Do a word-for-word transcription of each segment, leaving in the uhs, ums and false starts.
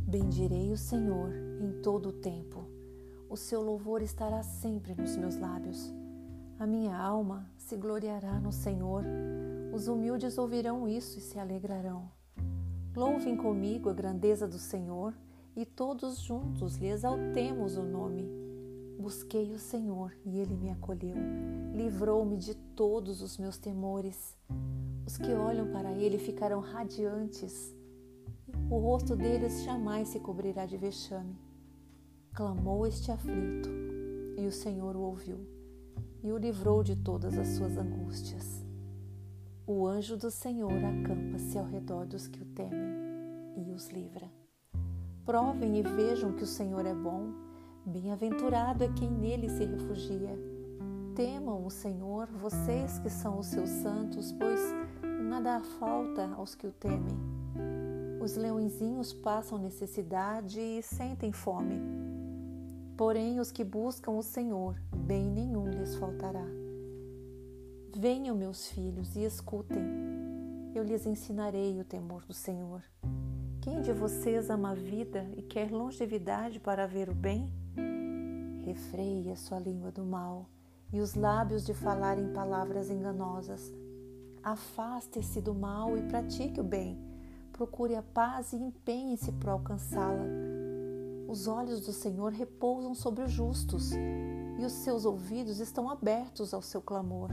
Bendirei o Senhor em todo o tempo. O seu louvor estará sempre nos meus lábios. A minha alma se gloriará no Senhor. Os humildes ouvirão isso e se alegrarão. Louvem comigo a grandeza do Senhor e todos juntos lhe exaltemos o nome. Busquei o Senhor e Ele me acolheu. Livrou-me de todos os meus temores. Os que olham para Ele ficarão radiantes. O rosto deles jamais se cobrirá de vexame. Clamou este aflito, e o Senhor o ouviu, e o livrou de todas as suas angústias. O anjo do Senhor acampa-se ao redor dos que o temem e os livra. Provem e vejam que o Senhor é bom, bem-aventurado é quem nele se refugia. Temam o Senhor, vocês que são os seus santos, pois nada há falta aos que o temem. Os leõezinhos passam necessidade e sentem fome. Porém, os que buscam o Senhor, bem nenhum lhes faltará. Venham, meus filhos, e escutem. Eu lhes ensinarei o temor do Senhor. Quem de vocês ama a vida e quer longevidade para ver o bem? Refreie a sua língua do mal e os lábios de falar em palavras enganosas. Afaste-se do mal e pratique o bem. Procure a paz e empenhe-se para alcançá-la. Os olhos do Senhor repousam sobre os justos e os seus ouvidos estão abertos ao seu clamor.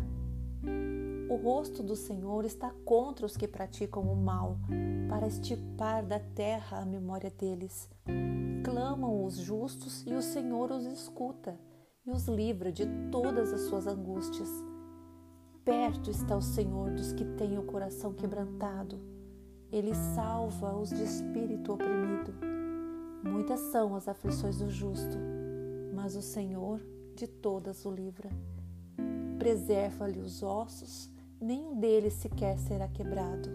O rosto do Senhor está contra os que praticam o mal, para extirpar da terra a memória deles. Clamam os justos e o Senhor os escuta e os livra de todas as suas angústias. Perto está o Senhor dos que têm o coração quebrantado. Ele salva os de espírito oprimido. Muitas são as aflições do justo, mas o Senhor de todas o livra. Preserva-lhe os ossos, nenhum deles sequer será quebrado.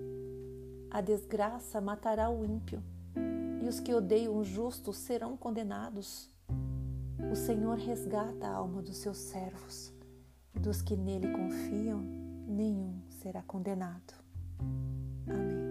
A desgraça matará o ímpio, e os que odeiam o justo serão condenados. O Senhor resgata a alma dos seus servos, e dos que nele confiam, nenhum será condenado. Amém.